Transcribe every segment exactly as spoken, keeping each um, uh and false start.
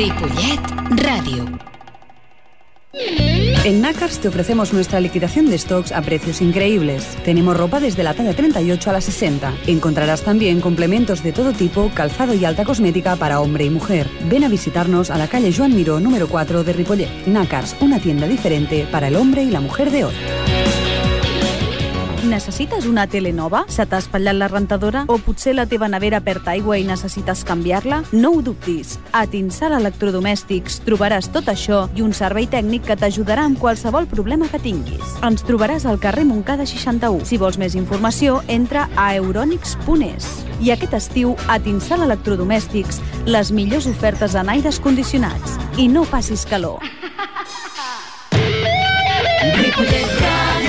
Ripollet Radio. En Nàcars te ofrecemos nuestra liquidación de stocks a precios increíbles. Tenemos ropa desde la talla treinta y ocho a la sesenta. Encontrarás también complementos de todo tipo, calzado y alta cosmética para hombre y mujer. Ven a visitarnos a la calle Joan Miró número cuatro de Ripollet. Nàcars, una tienda diferente para el hombre y la mujer de hoy. Necessites una tele nova? Se t'ha espatllat la rentadora? O potser la teva nevera perd aigua i necessites canviar-la? No ho dubtis. A Tinsal Electrodomèstics trobaràs tot això i un servei tècnic que t'ajudarà amb qualsevol problema que tinguis. Ens trobaràs al carrer Montcada seixanta-u. Si vols més informació, entra a euronics punt es. I aquest estiu, a Tinsal Electrodomèstics, les millors ofertes en aires condicionats. I no passis calor. Ripollet Ràdio.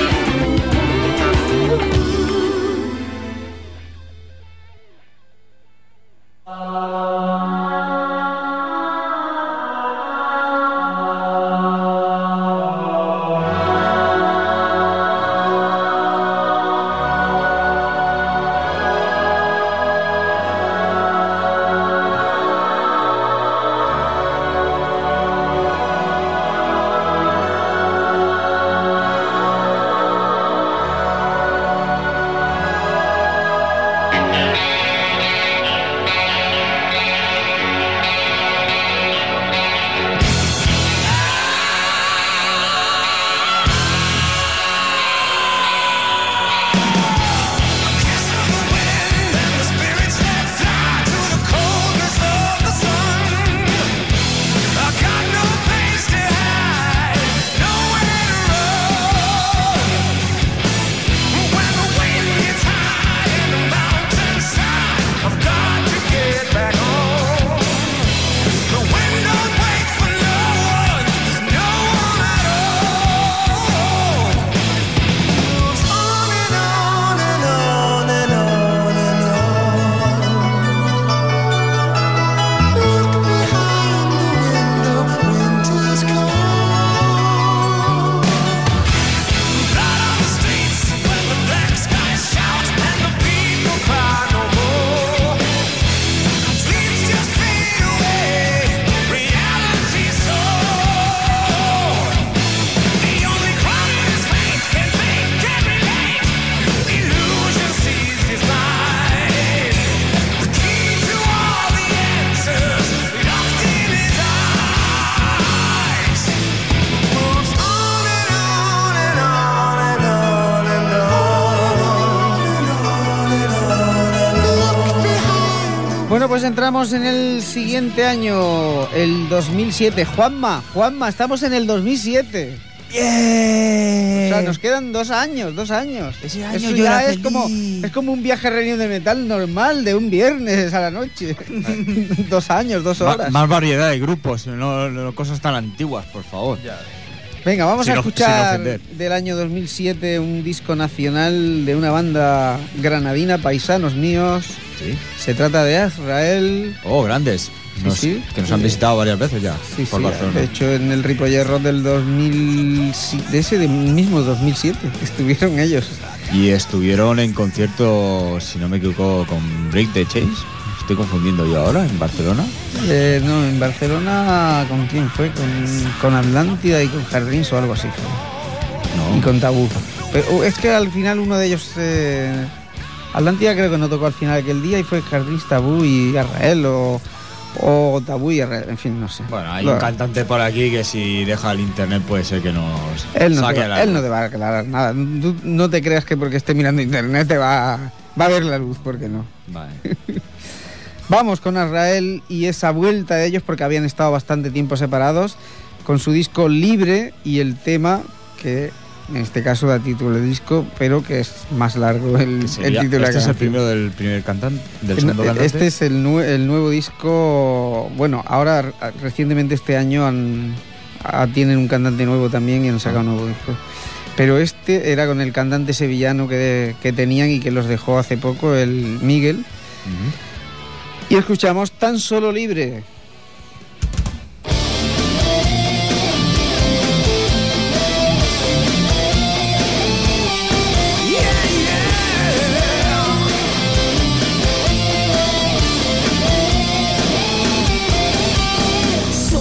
Bueno, pues entramos en el siguiente año, el dos mil siete. Juanma, Juanma, estamos en el dos mil siete. ¡Bien! O sea, nos quedan dos años, dos años. Ese año Eso yo ya era es como, es como un viaje reunión de metal normal de un viernes a la noche. Dos años, dos horas. Ma- más variedad de grupos, no, no cosas tan antiguas, por favor. Ya. Venga, vamos Sin a of- escuchar sin ofender. del año dos mil siete un disco nacional de una banda granadina, paisanos míos. Sí. Se trata de Azrael. Oh, grandes. Nos- sí. Que nos han visitado varias veces ya Sí, por sí, Barcelona. de hecho en el Ripollet Rock del dos mil, de ese de mismo dos mil siete estuvieron ellos. Y estuvieron en concierto, si no me equivoco, con Break the Chains. Estoy confundiendo yo ahora, en Barcelona. Eh, no, en Barcelona, ¿con quién fue? Con, con Atlántida y con Jardins o algo así fue. No. Y con Tabú. Pero es que al final uno de ellos... Eh, Atlántida creo que no tocó al final aquel día y fue Jardins, Tabú y Azrael o, o Tabú y Azrael, en fin, no sé. Bueno, hay Lo- un cantante por aquí que si deja el internet puede ser que nos Él no, saque te a va, la él no te va a aclarar nada. Tú no te creas que porque esté mirando internet te va, va a ver la luz, porque no. Vale. Vamos con Azrael y esa vuelta de ellos porque habían estado bastante tiempo separados con su disco Libre y el tema que en este caso da título de disco, pero que es más largo el, Que el sería- título de la este es el canción. primero del primer cantante, del Eh, segundo no, cantante. Este es el, nue- el nuevo disco. Bueno, ahora r- recientemente este año han, ah, tienen un cantante nuevo también y han sacado un nuevo disco. Pero este era con el cantante sevillano que, que tenían y que los dejó hace poco, el Miguel. Ujú. Y escuchamos Tan Solo Libre. Solo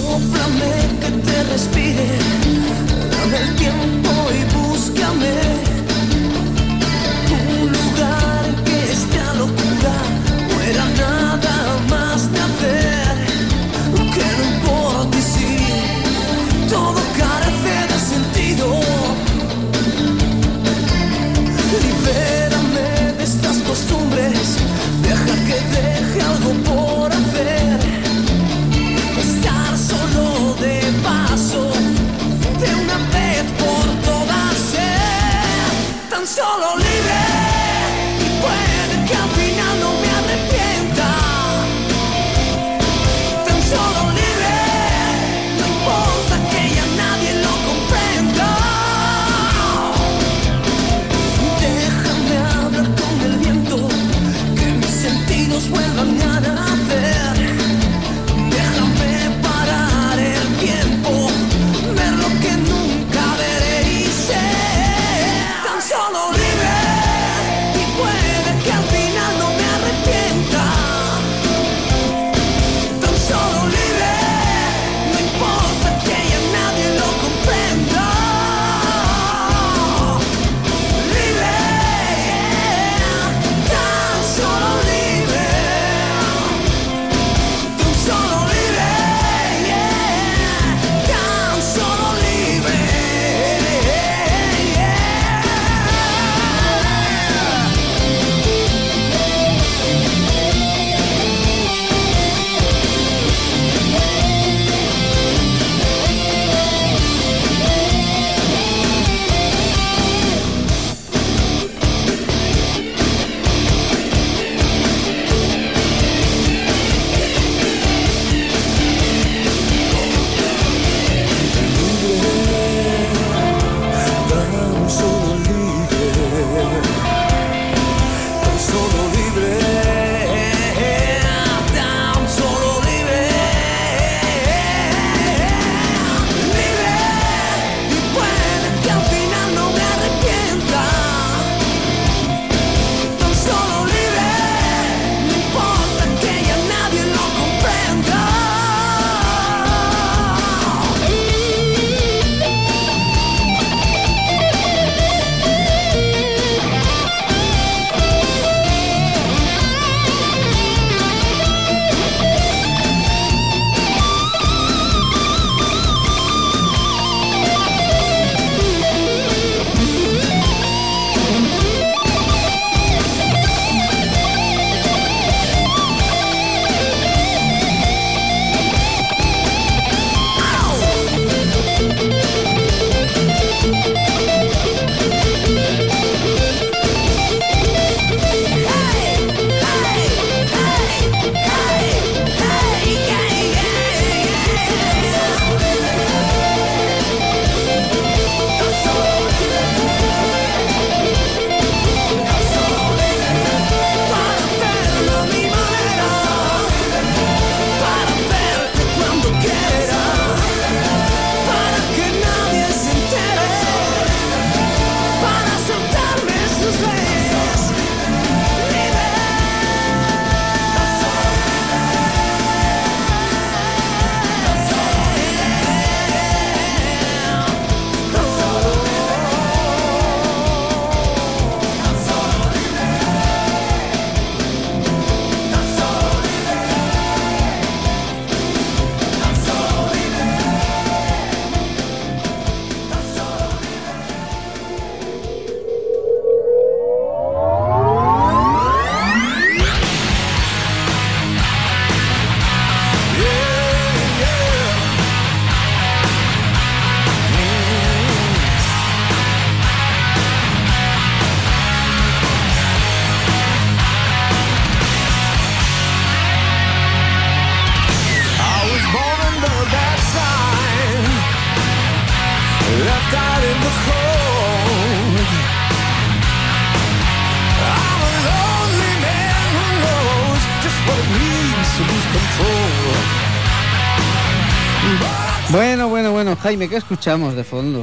Bueno, bueno, bueno, Jaime, ¿qué escuchamos de fondo?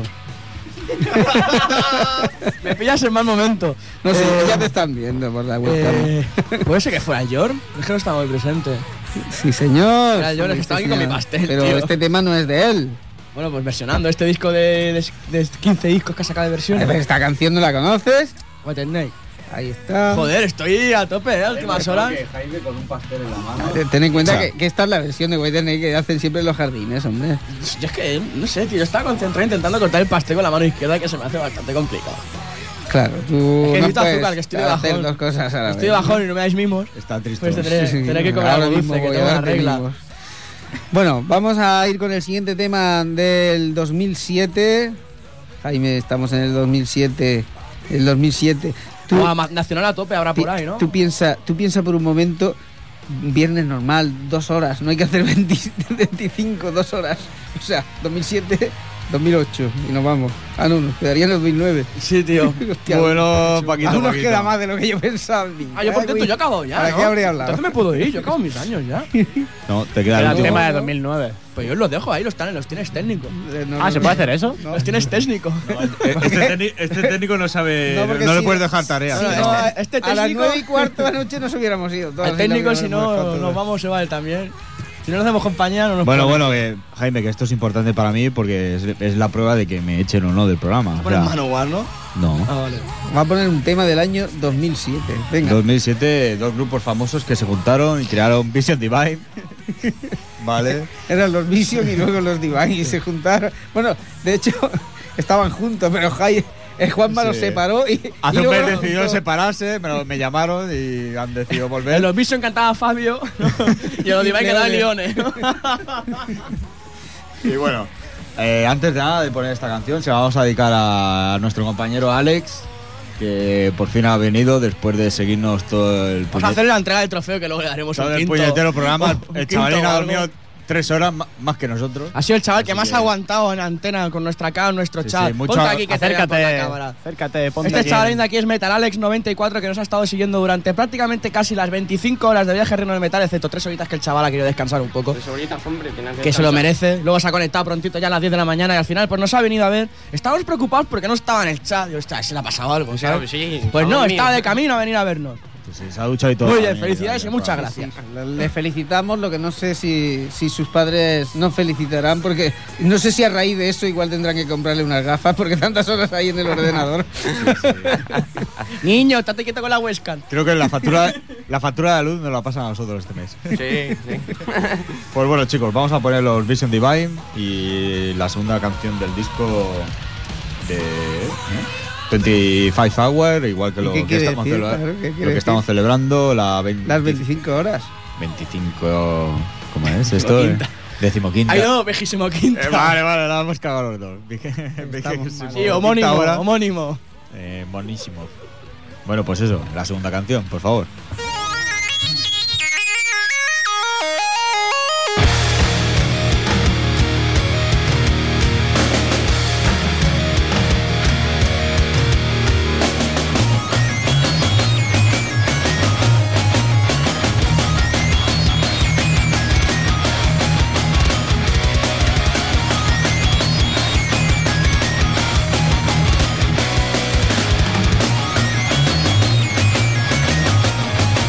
Me pillas en mal momento. No sé, Eh, ya te están viendo por la webcam. eh, ¿Puede ser que fuera York? Es que no estaba muy presente. Sí, señor. Era yo el que Sí, estaba aquí con mi señor. pastel, Pero tío. este tema no es de él. Bueno, pues versionando este disco de, de, de quince discos que ha sacado de versiones. Esta canción no la conoces. What the Snake. Ahí está. Joder, estoy a tope, ¿eh? A últimas horas. Jaime con un pastel en la mano. Eh, Ten en cuenta O sea, que, que esta es la versión de White Snake que hacen siempre en los jardines, hombre. Yo es que, no sé, tío, yo estaba concentrado intentando cortar el pastel con la mano izquierda, que se me hace bastante complicado. Claro, tú Es que no necesito puedes azúcar, que estoy de hacer bajón. dos cosas a la Estoy de vez. bajón y no me dais mimos. Está triste. Pues tendré, Sí, sí, tendré que comer ahora algo mismo dulce, que voy tengo a una darte regla. mimos. Bueno, vamos a ir con el siguiente tema del dos mil siete. Jaime, estamos en el dos mil siete. El dos mil siete. Tú, Buah, ma- nacional a tope habrá por ahí, ¿no? Tú piensa, tú piensa por un momento, viernes normal, dos horas, no hay que hacer veinte, veinticinco, dos horas. O sea, dos mil siete, dos mil ocho y nos vamos. Ah, no, nos quedaría en el dos mil nueve. Sí, tío. Hostia, Bueno, Paquito, aún nos Paquito. queda más de lo que yo pensaba. Ah, yo por cierto, yo acabo ya, ¿Para ¿no? qué habría hablado? Entonces me puedo ir, yo acabo mis años ya. No, te queda Era el el último. tema de dos mil nueve. Pues yo los dejo ahí, los, tan- los tienes técnicos. Eh, no, Ah, no, ¿se puede hacer eso? no. Los tienes técnicos. Este, técnico, este técnico no sabe. No, No, porque le si- puedes dejar tareas. No, Si no, no, este- este a las técnico- nueve y cuarto de la noche nos hubiéramos ido. todos Al y técnico, nos si hubiéramos dejado no, todos. nos vamos, se va él también. Si no nos hacemos compañía, no nos Bueno, pone. bueno, que, Jaime, que esto es importante para mí porque es, es la prueba de que me echen o no del programa. O Pones sea, Manowar, ¿no? no. Ah, vale. Va a poner un tema del año dos mil siete. Venga. dos mil siete, dos grupos famosos que se juntaron y crearon Vision Divine. Vale. Eran los Vision y luego los Divine y se juntaron. Bueno, de hecho, estaban juntos, pero Jai, el Juanma Sí. los separó y. Hace y un luego mes los decidieron juntó. separarse, pero me llamaron y han decidido En volver. los Vision cantaba Fabio ¿no? y en los Divine cantaba Leone. ¿no? Y bueno, eh, antes de nada de poner esta canción, se la vamos a dedicar a nuestro compañero Alex, que por fin ha venido después de seguirnos todo el, Vamos a hacer la entrega del trofeo que luego le daremos todo un el quinto. puñetero programa. un El quinto chavalín o ha algo. dormido tres horas ma- más que nosotros. Ha sido el chaval que Así más que- ha aguantado en antena con nuestra cara, nuestro Sí, chat. sí, mucho Ponte a- aquí que te vean por la Acércate, cámara. acércate, ponte Este aquí. chavalín de aquí es Metal Alex noventa y cuatro, que nos ha estado siguiendo durante prácticamente casi las veinticinco horas de viaje Reino del Metal, excepto tres horitas que el chaval ha querido descansar un poco. Que se lo merece. Luego se ha conectado prontito ya a las diez de la mañana y al final pues nos ha venido a ver. Estábamos preocupados porque no estaba en el chat. Digo, "Ostras, se le ha pasado algo, ¿sabes?". Pues no, estaba de camino a venir a vernos. Pues sí, se ha duchado y todo. Muy bien, también, felicidades ya, y ya, muchas ya. gracias. Le felicitamos, lo que no sé si, si sus padres nos felicitarán, porque no sé si a raíz de eso igual tendrán que comprarle unas gafas, porque tantas horas ahí en el ordenador. Niño, estate quieto con la webcam. Creo que la factura, la factura de luz nos la pasan a nosotros este mes. Sí, sí. Pues bueno, chicos, vamos a poner los Vision Divine y la segunda canción del disco de ¿eh? veinticinco Hour, igual que ¿Y lo qué que, quiere estamos, decir? celebra- Claro, ¿qué quiere lo que decir? estamos celebrando, la veinte Las veinticinco horas. veinticinco. ¿Cómo es esto? Decimoquinta. Decimoquinta. Ay, no, vejísimo quinta. Eh, vale, vale, la hemos cagado los dos. Estamos mal. Sí, homónimo, homónimo. Eh, monísimo. Bueno, pues eso, la segunda canción, por favor. Thank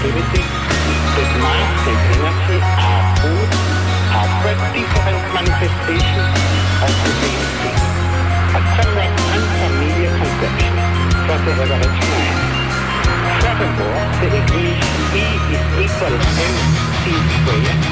activity that might definitely are both are quite different manifestations of the same thing, a somewhat unfamiliar conception for the average man. Furthermore, the equation E is equal to mc squared.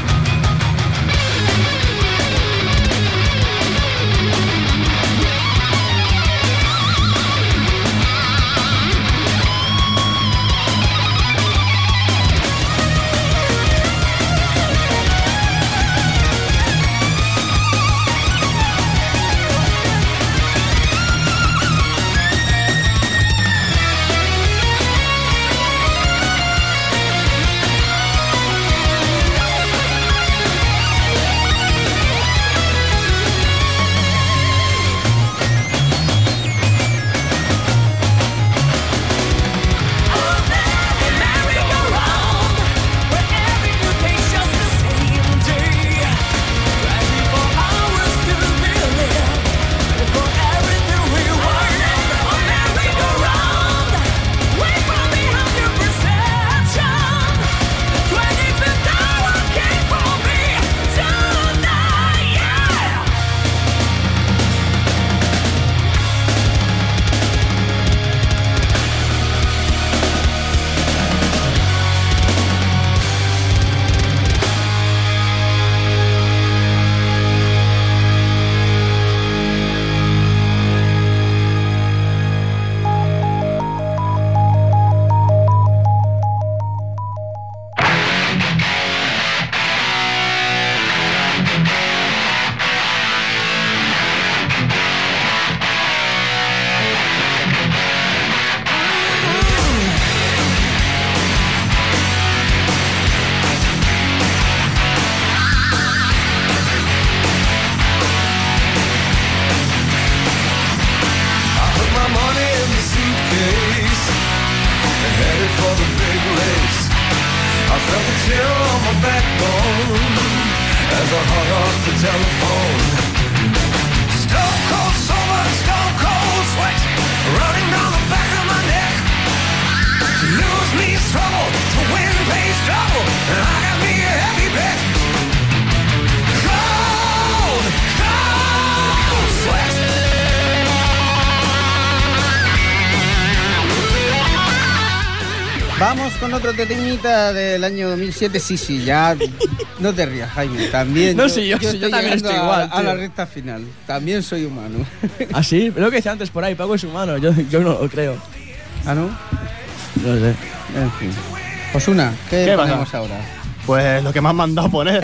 Vamos con otro temita del año dos mil siete. Sí, sí, ya. No te rías, Jaime. También. No, yo, sí, yo, yo, sí, yo estoy también estoy a, igual. A la tío. recta final. También soy humano. ¿Ah, sí? Pero lo que decía antes por ahí, Paco es humano. Yo, yo no lo creo. ¿Ah, no? No sé. En fin. Osuna, ¿qué, ¿Qué ponemos pasa? ahora? Pues lo que me han mandado poner.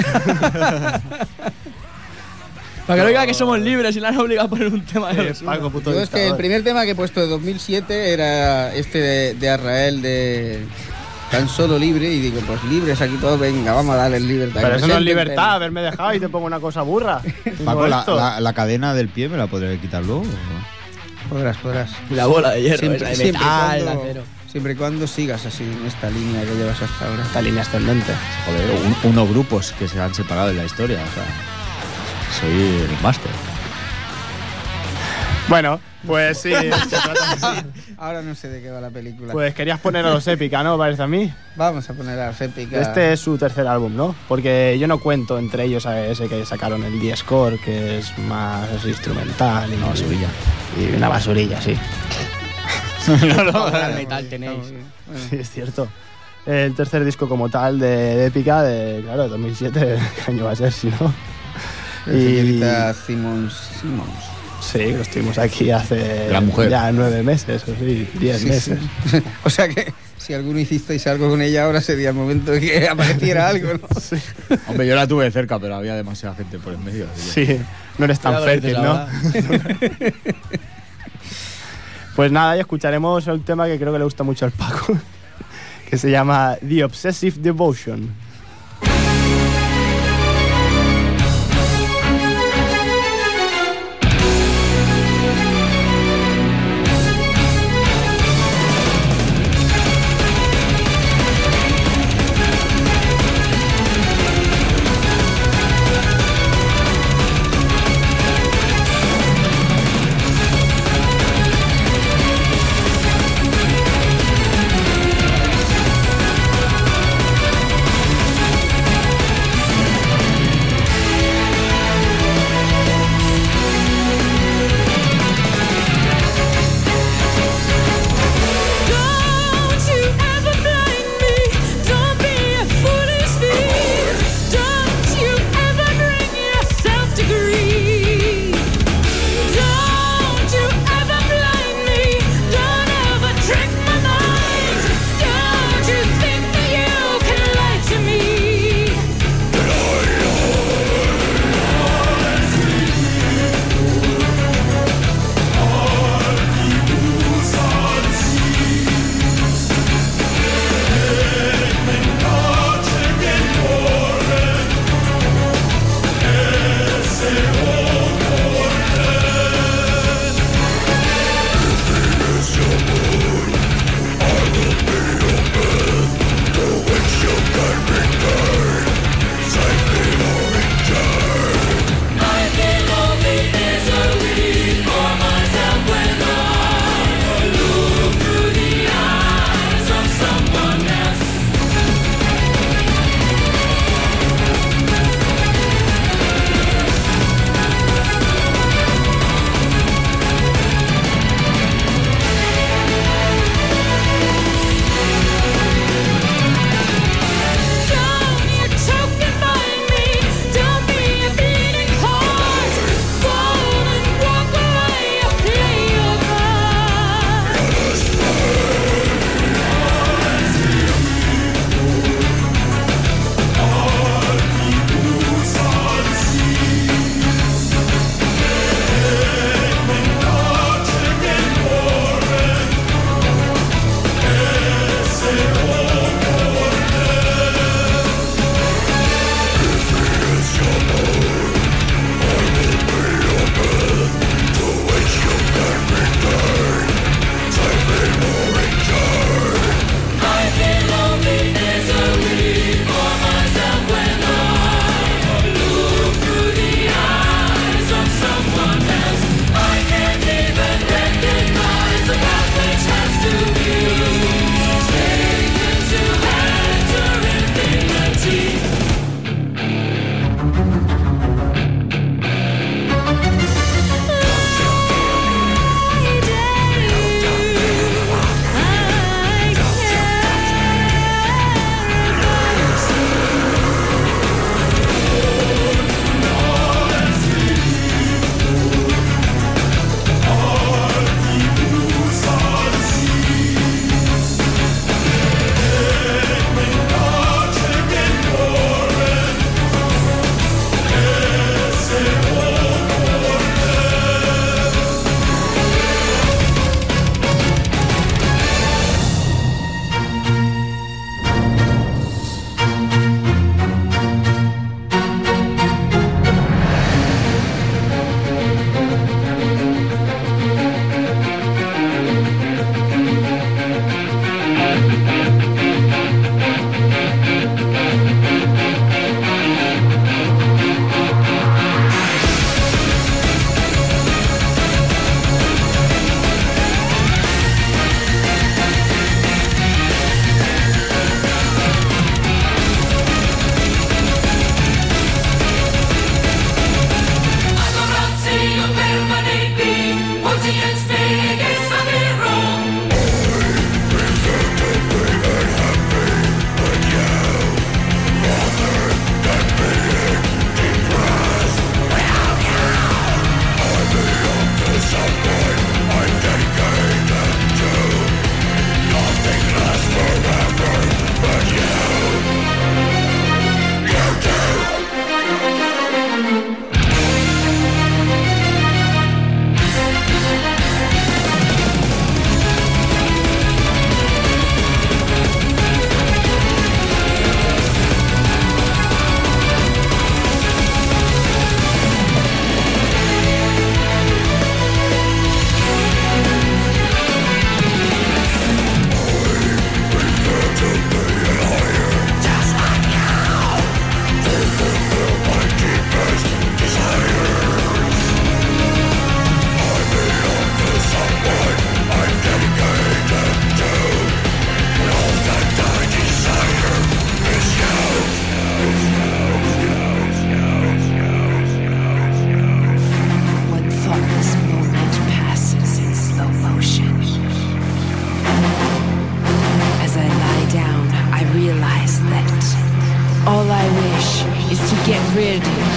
Para que no diga que somos libres y la han obligado a poner un tema de Eh, los Paco, puto Yo es que el dictador. primer tema que he puesto de dos mil siete era este de, de Azrael de Tan Solo Libre, y digo, pues libres aquí todos, venga, vamos a darle libertad. Pero que eso me no es sienten libertad, bien. haberme dejado y te pongo una cosa burra. Paco, la, Esto. la- la cadena del pie me la podré quitar luego. ¿o? Podrás, podrás. Y la bola de hierro, Siempre, esa de siempre, y metal, cuando, acero. siempre y cuando sigas así en esta línea que llevas hasta ahora. Esta línea ascendente. Joder, un- unos grupos que se han separado en la historia. O sea, soy el máster. Bueno, pues sí, se trata así. Ahora no sé de qué va la película. Pues querías poner a los Épica, ¿no? Parece a mí. Vamos a poner a Épica. Este es su tercer álbum, ¿no? Porque yo no cuento entre ellos a ese que sacaron el D-Score, que es más instrumental y Una basurilla. Y una basurilla, sí. No, no, el metal tenéis. Sí, es cierto. El tercer disco como tal de, de Épica, de, claro, de dos mil siete, ¿qué año va a ser si no? La señorita Simmons. Simmons. Sí, lo estuvimos aquí hace La mujer. ya nueve meses, o sí, diez Sí, meses. sí. O sea que si alguno hicisteis algo con ella, ahora sería el momento de que apareciera algo, ¿no? Sí. Hombre, yo la tuve cerca, pero había demasiada gente por en medio. así que- Sí, no eres tan Ya lo dices fértil, ¿no? ahora. Pues nada, y escucharemos el tema que creo que le gusta mucho al Paco, que se llama The Obsessive Devotion. Thank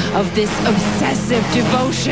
of this obsessive devotion.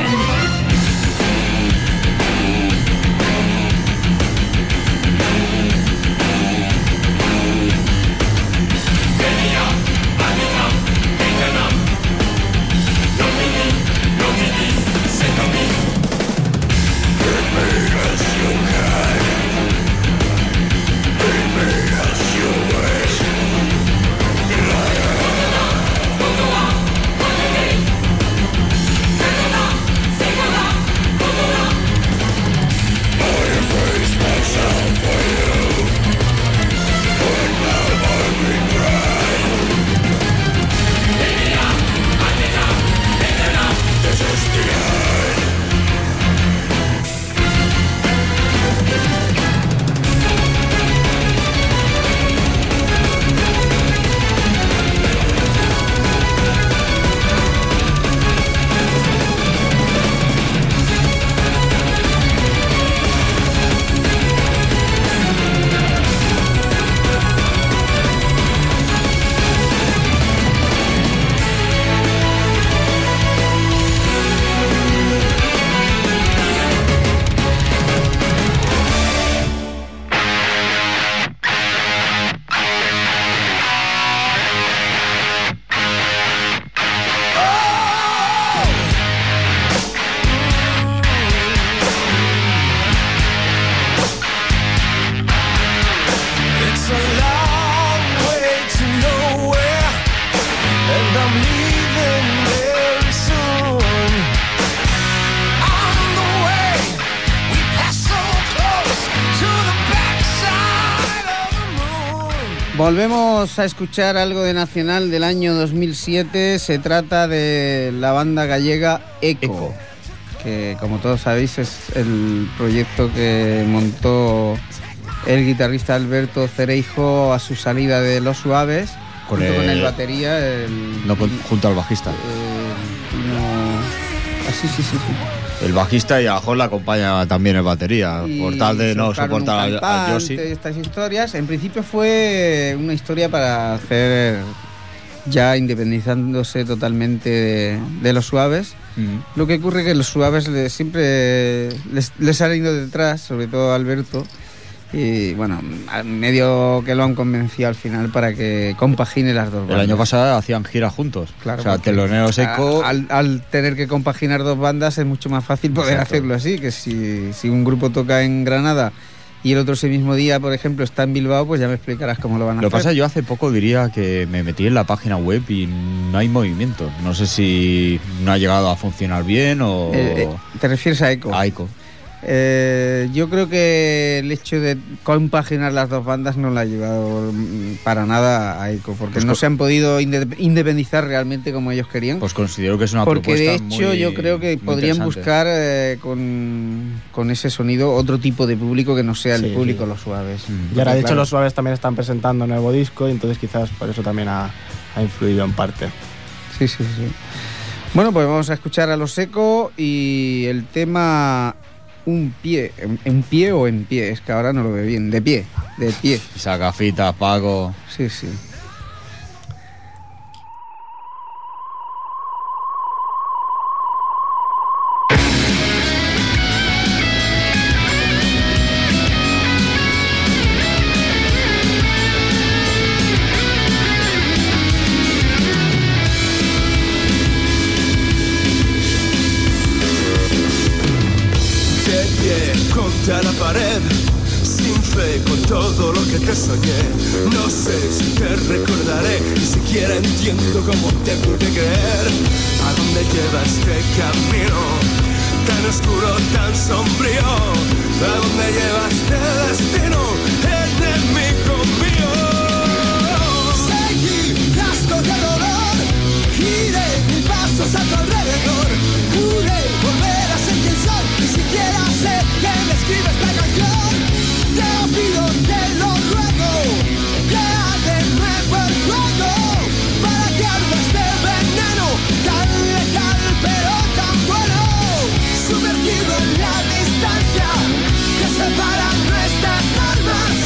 Volvemos a escuchar algo de nacional del año dos mil siete. Se trata de la banda gallega Eco, Eco, que como todos sabéis es el proyecto que montó el guitarrista Alberto Cereijo a su salida de Los Suaves, con, junto el, con el batería. El, no, junto al bajista. El, no, así, sí, sí, sí. El bajista y a Jol le acompaña también el batería, y por tal de no soportar a, a Josie. Estas historias, en principio fue una historia para hacer, ya independizándose totalmente de, de Los Suaves. Uh-huh. Lo que ocurre es que Los Suaves les, siempre les, les han ido detrás, sobre todo a Alberto, y bueno, medio que lo han convencido al final para que compagine las dos bandas. El año pasado hacían gira juntos, claro, o sea, Teloneros Eco. Al, al tener que compaginar dos bandas es mucho más fácil poder Exacto. hacerlo así, que si, si un grupo toca en Granada y el otro ese mismo día, por ejemplo, está en Bilbao, pues ya me explicarás cómo lo van a lo hacer. Lo que pasa, yo hace poco diría que me metí en la página web y no hay movimiento. No sé si no ha llegado a funcionar bien o... Eh, eh, ¿Te refieres a Eco? A Eco. Eh, yo creo que el hecho de compaginar las dos bandas no le ha llevado para nada a Eco, porque pues no se han podido independizar realmente como ellos querían. Pues considero que es una porque propuesta de hecho muy, yo creo que podrían buscar eh, con, con ese sonido otro tipo de público que no sea el sí, público sí. Los Suaves. Mm. Y ahora de hecho claro. Los Suaves también están presentando un nuevo disco y entonces quizás por eso también ha, ha influido en parte. Sí, sí, sí. Bueno, pues vamos a escuchar a Los Eco y el tema... Un pie, ¿en pie o en pie? Es que ahora no lo veo bien. De pie, de pie. Esa gafita, Paco. Sí, sí. A la pared, sin fe, con todo lo que te soñé. No sé si te recordaré, ni siquiera entiendo cómo te pude creer. ¿A dónde lleva este camino? Tan oscuro, tan sombrío. ¿A dónde lleva este destino? Enemigo mío. Seguí rastros de dolor, giré mil pasos a tu alrededor. Pude volver a ser quien soy, ni siquiera sé que me escribe esta canción. Te pido, te lo ruego, crea de nuevo el fuego, para que arda este veneno, tan letal pero tan bueno. Sumergido en la distancia que separa nuestras almas,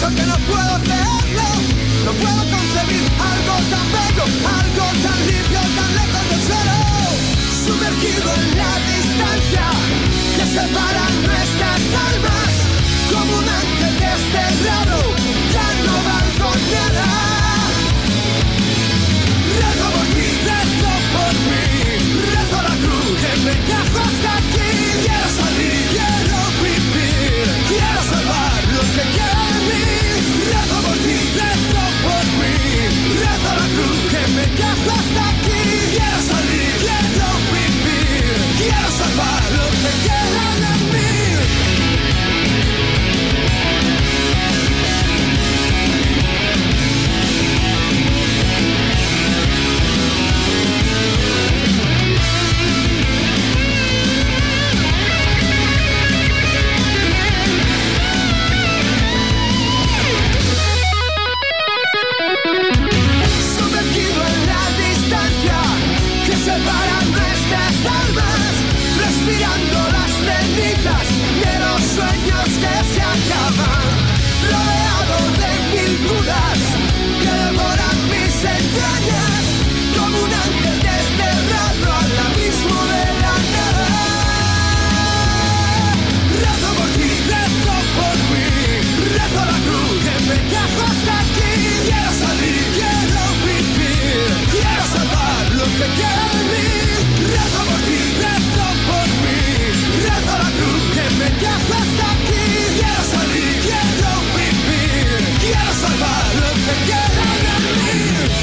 confieso que no puedo creerlo. No puedo concebir algo tan bello, algo tan limpio, tan lejos del suelo. Sumergido en la distancia que separa nuestras almas, como un ángel desterrado, ya no valgo nada. Rezo por ti, rezo por mí, rezo la cruz que me trajo hasta aquí. Quiero salir, quiero vivir, quiero salvar lo que queda de mí. Rezo por ti, rezo por mí, rezo la cruz que me trajo hasta aquí. Quiero salir, quiero vivir, quiero salvar lo que queda de mí. Sumergido en la distancia que separa nuestras almas, respirando las cenizas de los sueños que se acaban, rodeado de mil dudas que devoran mis entrañas, como un ángel desterrado al abismo de la nada. Rezo por ti, rezo por mí, rezo la cruz que me trajo hasta aquí. Quiero salir, quiero vivir, quiero salvar lo que queda de mí. Rezo por ti, rezo por mí, rezo la cruz que me trajo hasta aquí. Quiero salir, quiero vivir, quiero salvar lo que queda de mí.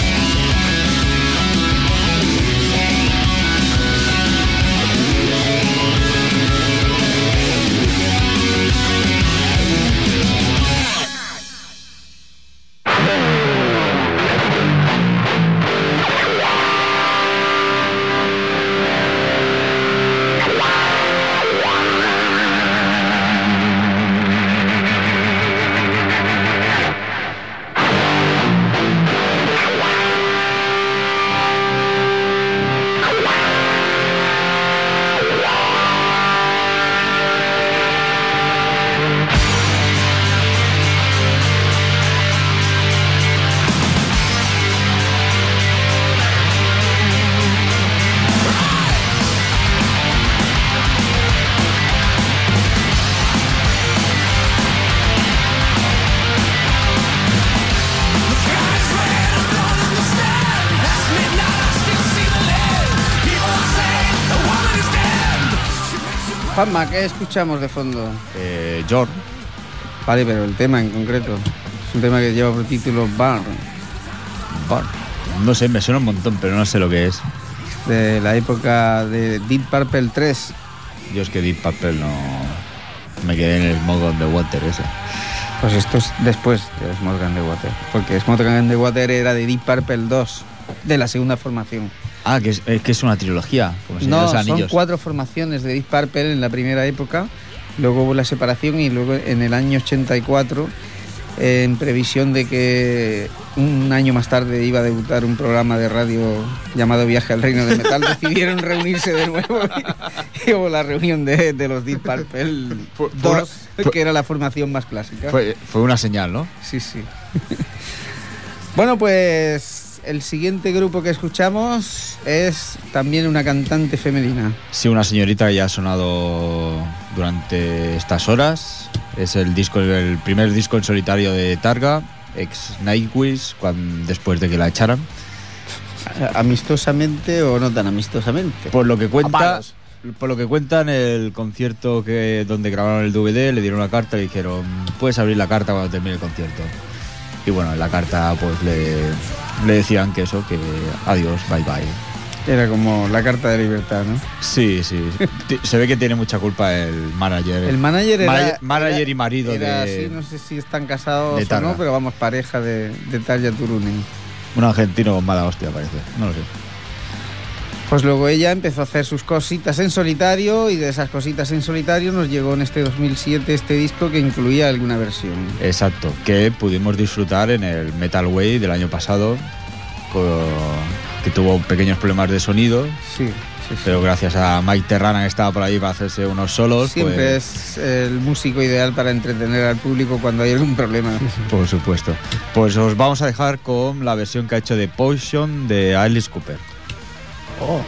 Juanma, ¿qué escuchamos de fondo? Eh, Jorn. Vale, pero el tema en concreto es un tema que lleva por título Burn. Burn. No sé, me suena un montón, pero no sé lo que es. De la época de Deep Purple tres. Yo es que Deep Purple no... Me quedé en el Smoke on the Water ese. Pues esto es después de Smoke on the Water. Porque Smoke on the Water era de Deep Purple dos, de la segunda formación. Ah, que es, es que es una trilogía, como Señor No, de los Anillos. son cuatro formaciones de Deep Purple en la primera época, luego hubo la separación y luego en el año ochenta y cuatro, eh, en previsión de que un año más tarde iba a debutar un programa de radio llamado Viaje al Reino del Metal, decidieron reunirse de nuevo y, y hubo la reunión de, de los Deep Purple dos, que era la formación más clásica. Fue, fue una señal, ¿no? Sí, sí. Bueno, pues... el siguiente grupo que escuchamos es también una cantante femenina. Sí, una señorita que ya ha sonado durante estas horas. Es el disco, el primer disco en solitario de Targa, ex Nightwish, cuando, después de que la echaran. ¿Amistosamente o no tan amistosamente? Por lo que cuenta, por lo que cuenta en el concierto que donde grabaron el D V D, le dieron una carta y le dijeron: puedes abrir la carta cuando termine el concierto. Y bueno, en la carta pues le, le decían que eso, que adiós, bye bye. Era como la carta de libertad, ¿no? Sí, sí. Se ve que tiene mucha culpa el manager. El manager era... Manager, manager era, y marido era de... así, no sé si están casados o no, pero vamos, pareja de, de Tarja Turunen. Un argentino con mala hostia, parece. No lo sé. Pues luego ella empezó a hacer sus cositas en solitario y de esas cositas en solitario nos llegó en este dos mil siete este disco que incluía alguna versión. Exacto, que pudimos disfrutar en el Metal Way del año pasado, con, que tuvo pequeños problemas de sonido. Sí, sí, sí. Pero gracias a Mike Terrana, que estaba por ahí para hacerse unos solos. Siempre pues... es el músico ideal para entretener al público cuando hay algún problema. Por supuesto. Pues os vamos a dejar con la versión que ha hecho de Poison de Alice Cooper. Oh.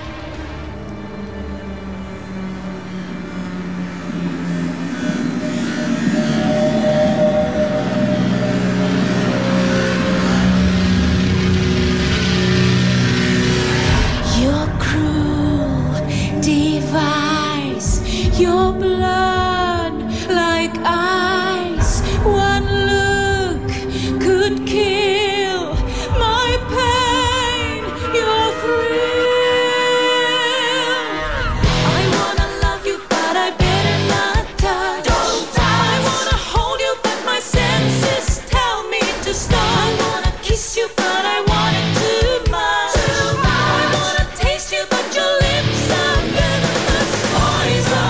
Your blood like ice, one look could kill my pain, your thrill. I wanna love you, but I better not touch. Don't touch. I wanna hold you, but my senses tell me to stop. I wanna kiss you, but I want it too much. Too much. I wanna taste you, but your lips are venomous poison.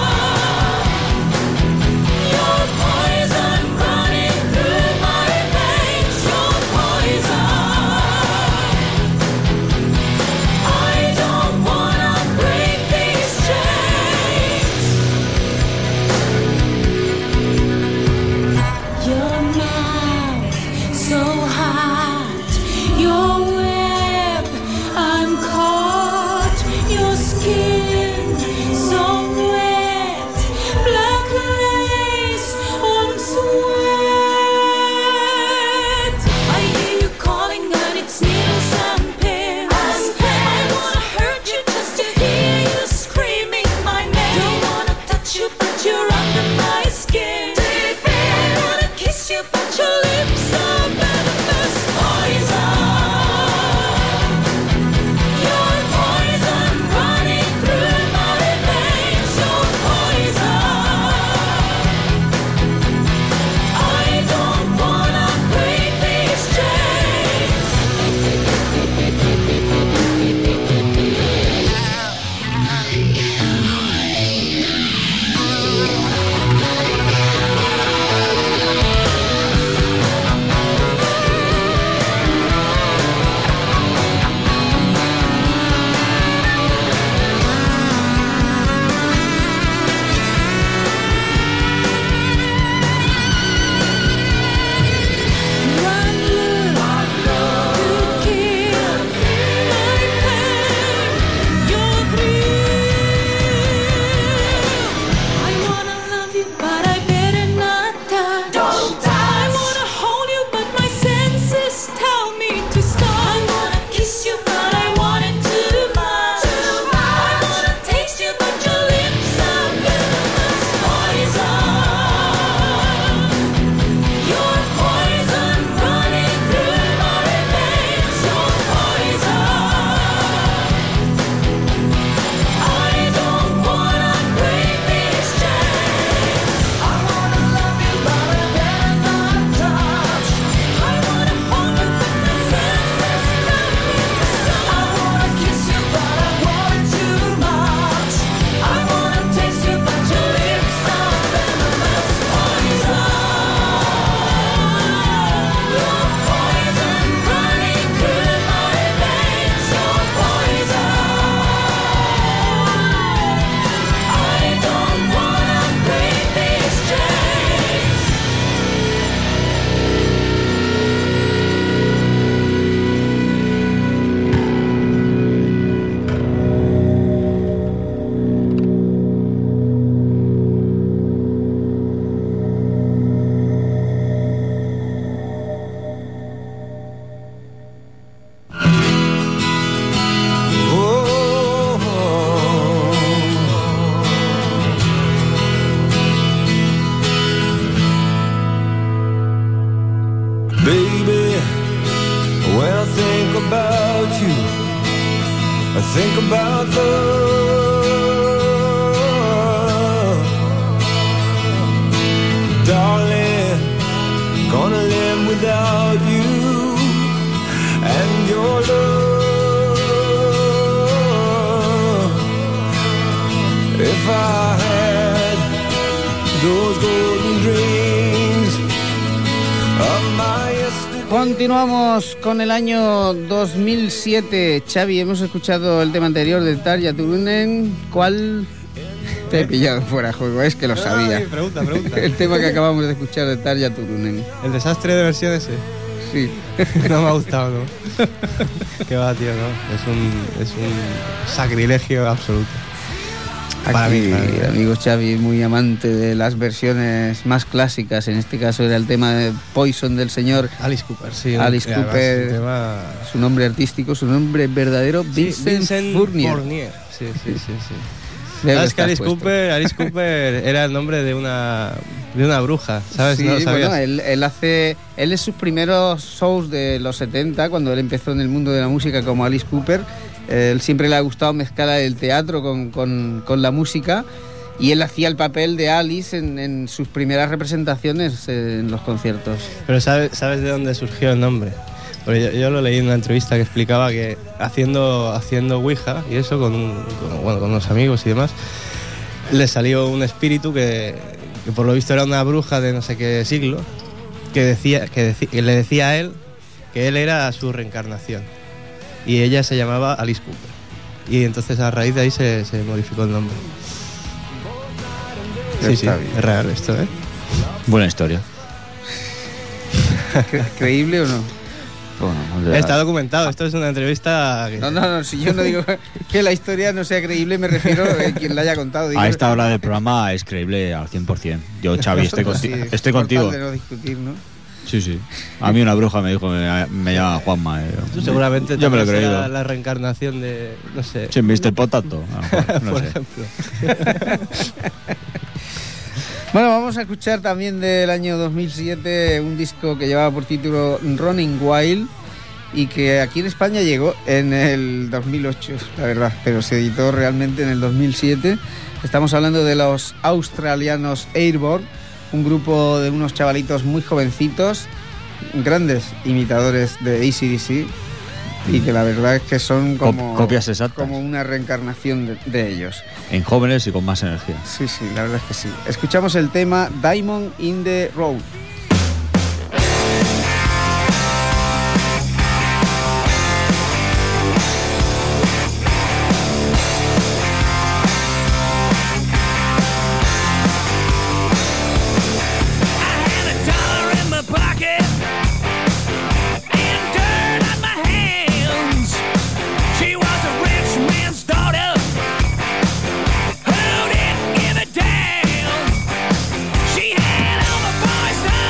I think about love, darling, gonna live without you and your love. If I had those golden dreams of my yesterday. Continuamos con el año dos mil siete. Xavi, hemos escuchado el tema anterior de Tarja Turunen. ¿Cuál te he pillado fuera de juego? Es que lo sabía. Ay, pregunta, pregunta. El tema que acabamos de escuchar de Tarja Turunen. ¿El desastre de versión ese? Sí. No me ha gustado, ¿no? Qué va, tío, ¿no? Es un, es un sacrilegio absoluto. Aquí, Para mí, para mí. amigo Xavi, muy amante de las versiones más clásicas. En este caso era el tema de Poison del señor Alice Cooper, sí. Alice además, Cooper, un tema- su nombre artístico, su nombre verdadero, Sí, Vincent, Vincent Fournier. Fournier. Sí, sí, sí, sí. Veo ¿Sabes que que estás Alice puesto. Cooper, Alice Cooper era el nombre de una, de una bruja? ¿Sabes? Sí, ¿No lo sabías? bueno, él, él hace, él es sus primeros shows de los setenta, cuando él empezó en el mundo de la música como Alice Cooper. Él siempre le ha gustado mezclar el teatro con, con, con la música, y él hacía el papel de Alice en, en sus primeras representaciones en los conciertos. Pero ¿sabes, ¿sabes de dónde surgió el nombre? Porque yo, yo lo leí en una entrevista que explicaba que haciendo, haciendo Ouija y eso con, un- con, bueno, con unos amigos y demás, le salió un espíritu que, que por lo visto era una bruja de no sé qué siglo, que, decía, que, deci- que le decía a él que él era su reencarnación y ella se llamaba Alice Cooper. Y entonces a raíz de ahí se, se modificó el nombre. Sí, sí, Está bien. es real esto, ¿eh? Buena historia. ¿Cre- ¿Creíble o no? Bueno, Está documentado, esto es una entrevista que... No, no, no, si yo no digo que la historia no sea creíble, me refiero a quien la haya contado. Digo, a esta hora del programa es creíble al cien por ciento. Yo, Xavi, estoy, nosotros conti- sí, estoy por contigo. tal de no discutir, ¿no? Sí, sí. A mí una bruja me dijo, me, me llama Juanma. eh. Tú seguramente Yo me lo he también será creído. la reencarnación de, no sé... Sí, mister Potato. A lo mejor, no por sé. ejemplo. Bueno, vamos a escuchar también del año dos mil siete un disco que llevaba por título Running Wild y que aquí en España llegó en el dos mil ocho, la verdad, pero se editó realmente en el dos mil siete. Estamos hablando de los australianos Airborne, un grupo de unos chavalitos muy jovencitos, grandes imitadores de A C D C, y que la verdad es que son como, Cop- copias exactas. como una reencarnación de, de ellos. En jóvenes y con más energía. Sí, sí, la verdad es que sí. Escuchamos el tema Diamond in the Road. In my pocket and dirt on my hands. She was a rich man's daughter who didn't give a damn. She had all the boys'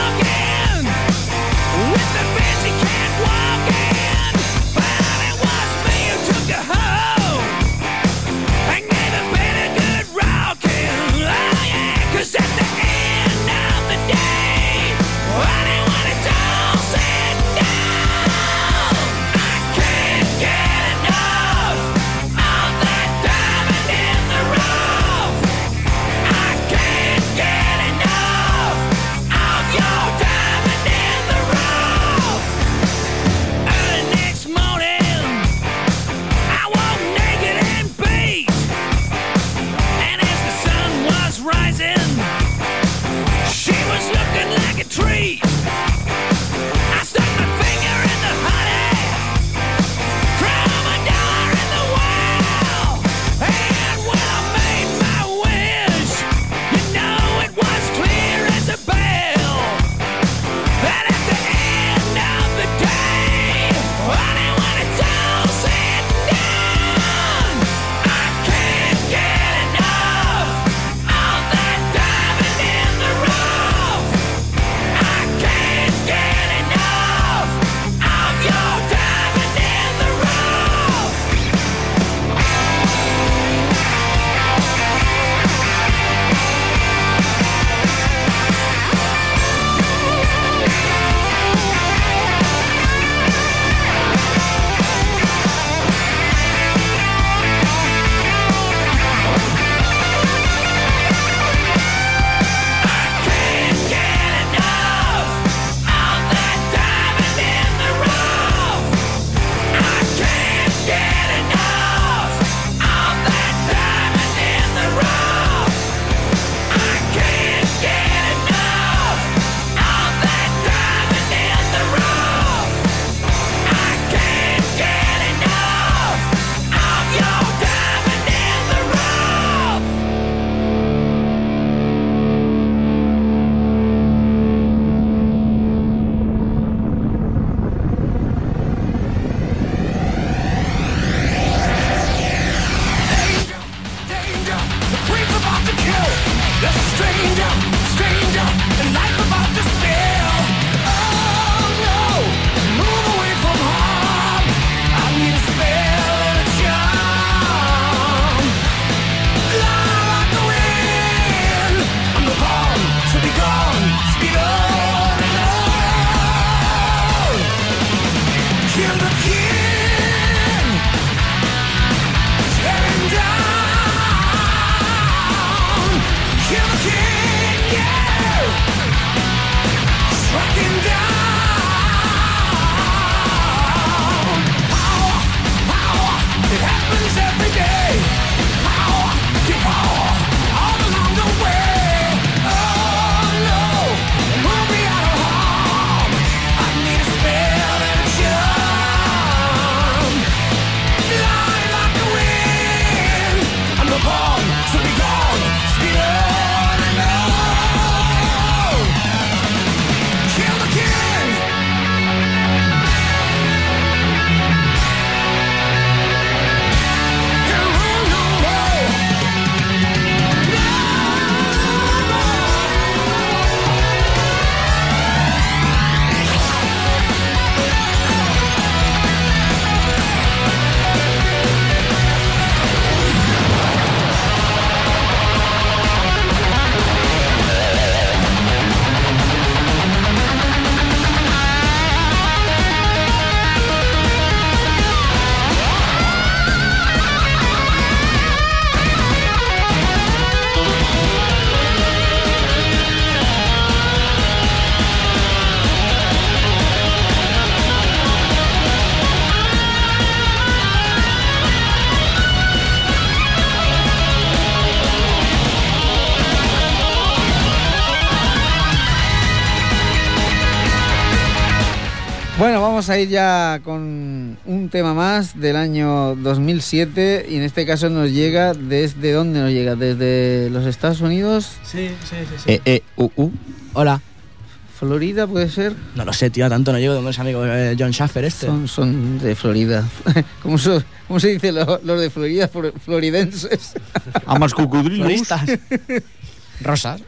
Bueno, vamos a ir ya con un tema más del año dos mil siete y en este caso nos llega desde ¿dónde nos llega? ¿Desde los Estados Unidos? Sí, sí, sí. sí. Eh, eh, uh, uh. Hola. ¿Florida puede ser? No lo sé, tío, tanto no llego de ese amigo eh, John Schaffer este. Son, son de Florida. ¿Cómo, so, ¿Cómo se dice lo, los de Florida? Flor- Floridenses. Amas cocodrilos. Floristas. Rosas.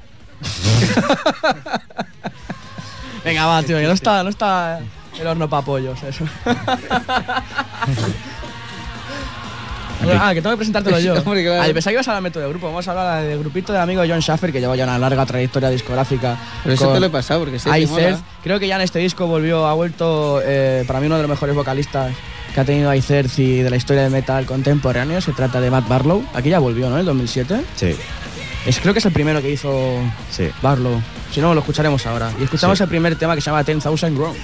Venga, va, tío, que no está, no está el horno para pollos, eso. Ah, que tengo que presentártelo yo. Hombre, claro. Ah, yo pensaba que ibas a hablarme tú del grupo. Vamos a hablar del grupito del amigo John Schaffer, que lleva ya una larga trayectoria discográfica. Pero eso te lo he pasado, porque sé que Aether. mola. Creo que ya en este disco volvió, ha vuelto, eh, para mí, uno de los mejores vocalistas que ha tenido Aether y de la historia del metal contemporáneo. Se trata de Matt Barlow. Aquí ya volvió, ¿no? En el dos mil siete. Sí. Es, creo que es el primero que hizo Sí. Barlow. Si no, lo escucharemos ahora. Y escuchamos Sí. el primer tema que se llama Ten Thousand Wrong.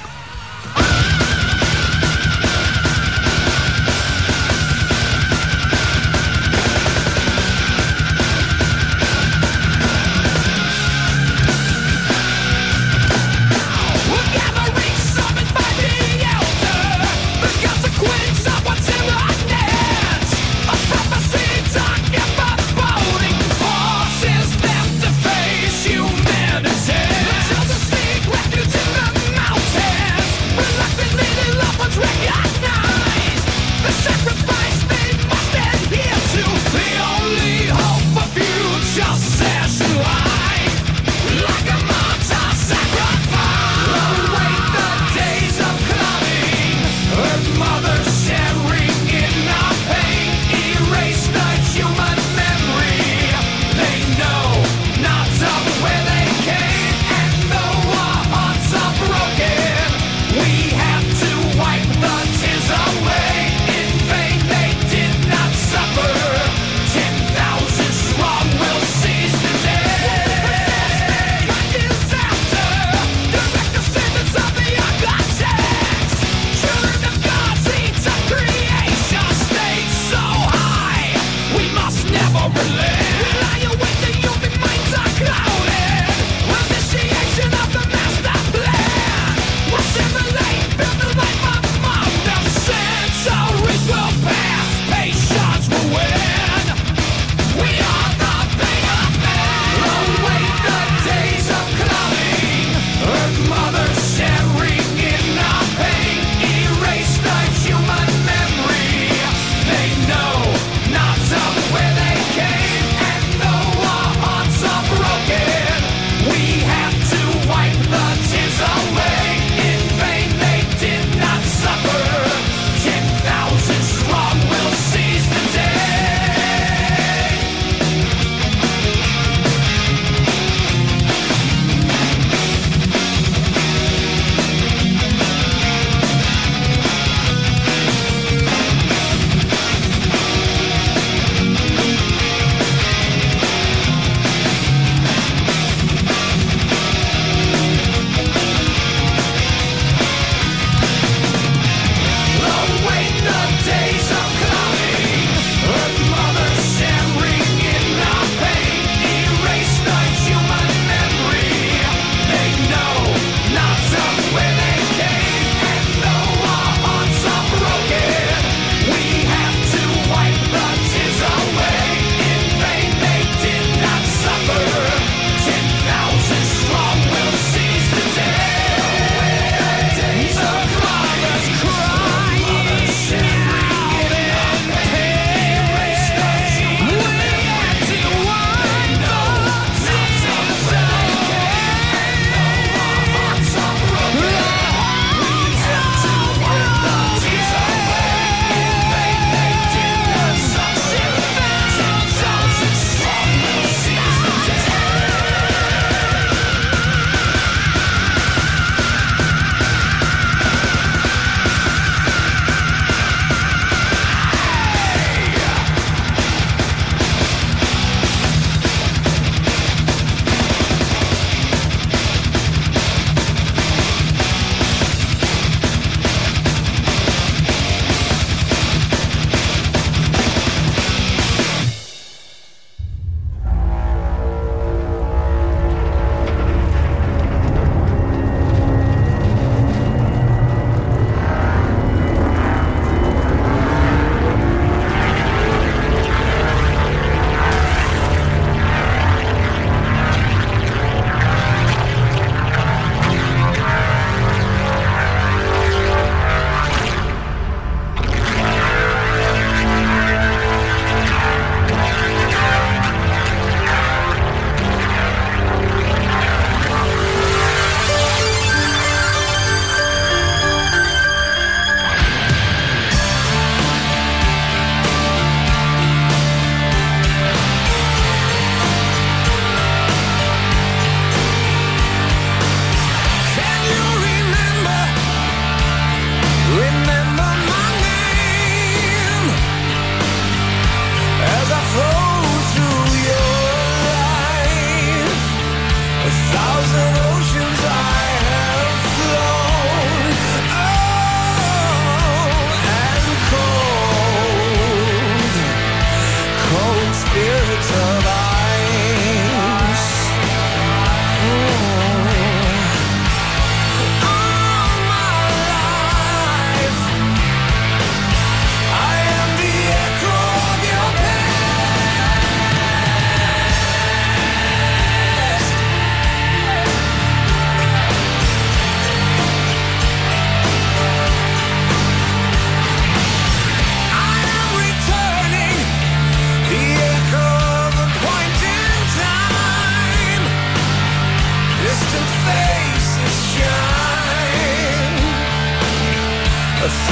Humanity. Tells us seek refuge in the mountains.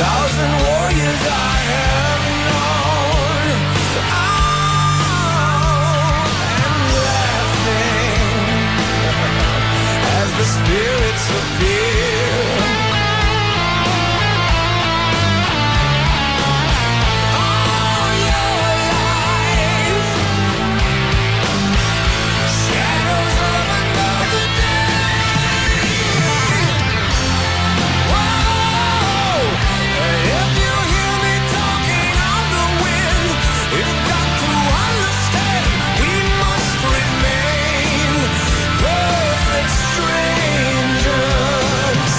thousand warriors I have known. Oh, and laughing as the spirits appear. Oh, your life, shadows of another day. Whoa, if you hear me talking on the wind, you've got to understand we must remain perfect strangers.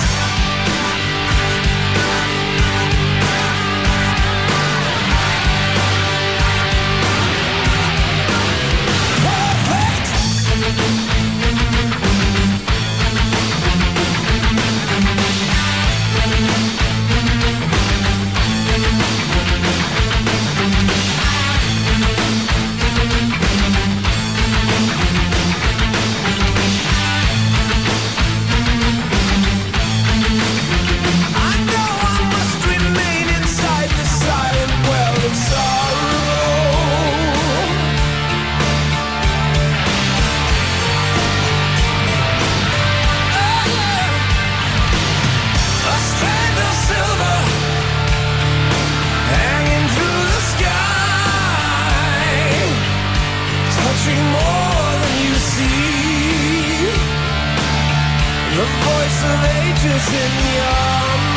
Perfect. I know I must remain inside the silent well of sorrow. Oh, yeah. A strand of silver hanging through the sky, touching more than you see. The voice of ages in your